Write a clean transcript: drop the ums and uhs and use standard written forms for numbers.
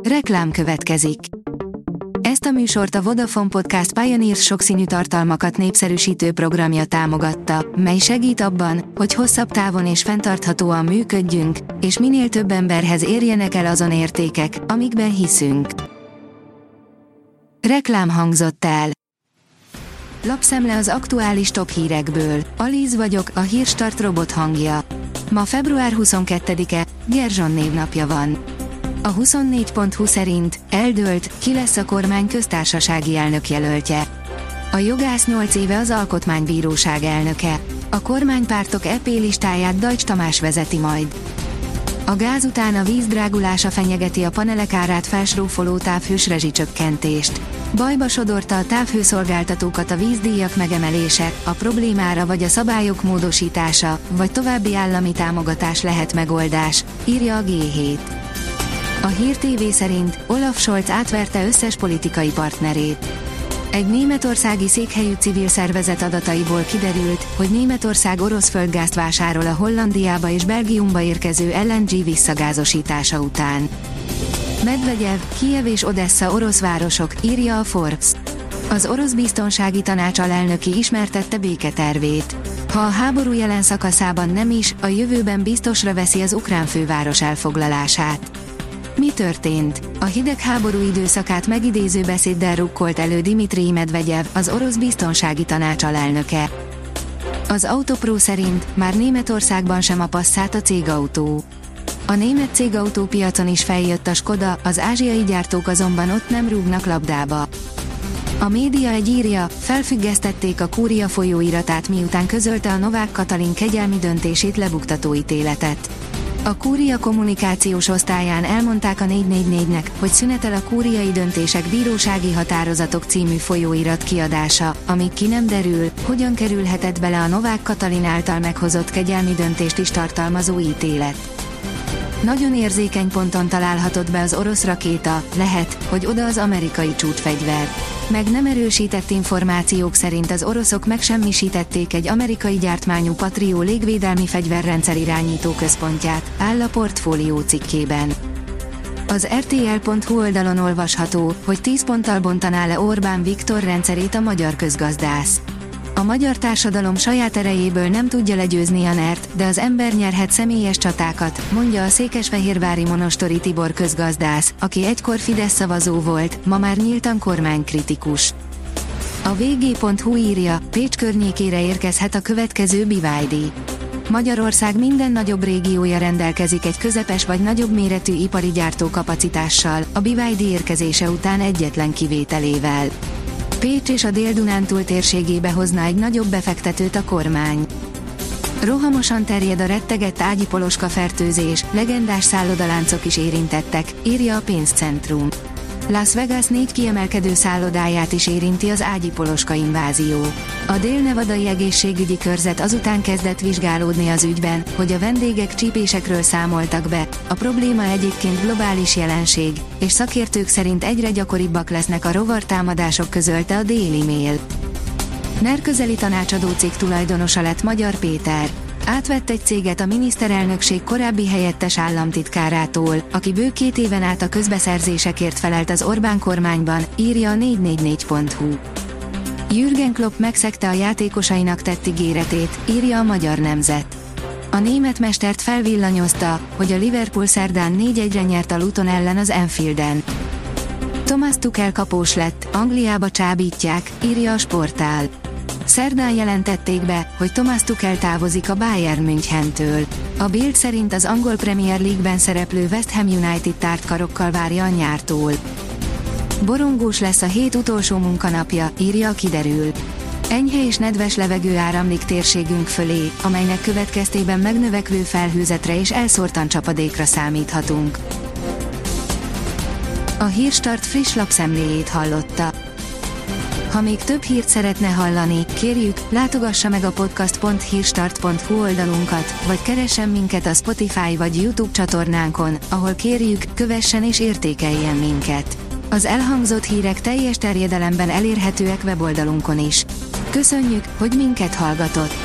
Reklám következik. Ezt a műsort a Vodafone Podcast Pioneers sokszínű tartalmakat népszerűsítő programja támogatta, mely segít abban, hogy hosszabb távon és fenntarthatóan működjünk, és minél több emberhez érjenek el azon értékek, amikben hiszünk. Reklám hangzott el. Lapszemle az aktuális top hírekből. Alíz vagyok, a Hírstart robot hangja. Ma február 22-e, Gerzson névnapja van. A 24.20 szerint eldőlt, ki lesz a kormány köztársasági elnökjelöltje. A jogász 8 éve az Alkotmánybíróság elnöke. A kormánypártok EP listáját Dajcs Tamás vezeti majd. A gáz után a víz drágulása fenyegeti a panelek árát felsrófoló távhős rezsicsökkentést. Bajba sodorta a távhőszolgáltatókat a vízdíjak megemelése, a problémára vagy a szabályok módosítása, vagy további állami támogatás lehet megoldás, írja a G7. A Hír TV szerint Olaf Scholz átverte összes politikai partnerét. Egy németországi székhelyű civil szervezet adataiból kiderült, hogy Németország orosz földgázt vásárol a Hollandiába és Belgiumba érkező LNG visszagázosítása után. Medvegyev, Kijev és Odessa orosz városok, írja a Forbes. Az orosz biztonsági tanács alelnöki ismertette béketervét. Ha a háború jelen szakaszában nem is, a jövőben biztosra veszi az ukrán főváros elfoglalását. Mi történt? A hidegháború időszakát megidéző beszéddel rukkolt elő Dmitrij Medvegyev, az orosz biztonsági tanács alelnöke. Az Autopro szerint már Németországban sem a Passat a cégautó. A német cégautópiacon is feljött a Skoda, az ázsiai gyártók azonban ott nem rúgnak labdába. A Média egy írja, felfüggesztették a Kúria folyóiratát, miután közölte a Novák Katalin kegyelmi döntését lebuktató ítéletet. A Kúria kommunikációs osztályán elmondták a 444-nek, hogy szünetel a kúriai döntések bírósági határozatok című folyóirat kiadása, amíg ki nem derül, hogyan kerülhetett bele a Novák Katalin által meghozott kegyelmi döntést is tartalmazó ítélet. Nagyon érzékeny ponton találhatott be az orosz rakéta, lehet, hogy oda az amerikai csúcsfegyver. Meg nem erősített információk szerint az oroszok megsemmisítették egy amerikai gyártmányú Patrió légvédelmi fegyverrendszer irányító központját, áll a Portfólió cikkében. Az RTL.hu oldalon olvasható, hogy 10 ponttal bontaná le Orbán Viktor rendszerét a magyar közgazdász. A magyar társadalom saját erejéből nem tudja legyőzni a NER-t, de az ember nyerhet személyes csatákat, mondja a székesfehérvári Monostori Tibor közgazdász, aki egykor Fidesz szavazó volt, ma már nyíltan kormánykritikus. A vg.hu írja, Pécs környékére érkezhet a következő BYD. Magyarország minden nagyobb régiója rendelkezik egy közepes vagy nagyobb méretű ipari gyártókapacitással, a BYD érkezése után egyetlen kivételével. Pécs és a Dél-Dunántúl térségébe hozna egy nagyobb befektetőt a kormány. Rohamosan terjed a rettegett ágyipoloska fertőzés, legendás szállodaláncok is érintettek, írja a Pénzcentrum. Las Vegas 4 kiemelkedő szállodáját is érinti az ágyipoloska invázió. A dél-nevadai egészségügyi körzet azután kezdett vizsgálódni az ügyben, hogy a vendégek csípésekről számoltak be, a probléma egyébként globális jelenség, és szakértők szerint egyre gyakoribbak lesznek a rovartámadások, közölte a Daily Mail. NER közeli tanácsadó cég tulajdonosa lett Magyar Péter. Átvett egy céget a miniszterelnökség korábbi helyettes államtitkárától, aki bő 2 éven át a közbeszerzésekért felelt az Orbán kormányban, írja a 444.hu. Jürgen Klopp megszegte a játékosainak tett ígéretét, írja a Magyar Nemzet. A német mestert felvillanyozta, hogy a Liverpool szerdán 4-1-re nyert a Luton ellen az Anfielden. Thomas Tuchel kapós lett, Angliába csábítják, írja a Sportál. Szerdán jelentették be, hogy Thomas Tuchel távozik a Bayern Münchentől. A Bild szerint az angol Premier League-ben szereplő West Ham United tárt karokkal várja a nyártól. Borongós lesz a hét utolsó munkanapja, írja a Kiderül. Enyhe és nedves levegő áramlik térségünk fölé, amelynek következtében megnövekvő felhőzetre és elszórtan csapadékra számíthatunk. A Hírstart friss lapszemléjét hallotta. Ha még több hírt szeretne hallani, kérjük, látogassa meg a podcast.hírstart.hu oldalunkat, vagy keressen minket a Spotify vagy YouTube csatornánkon, ahol kérjük, kövessen és értékeljen minket. Az elhangzott hírek teljes terjedelemben elérhetőek weboldalunkon is. Köszönjük, hogy minket hallgatott!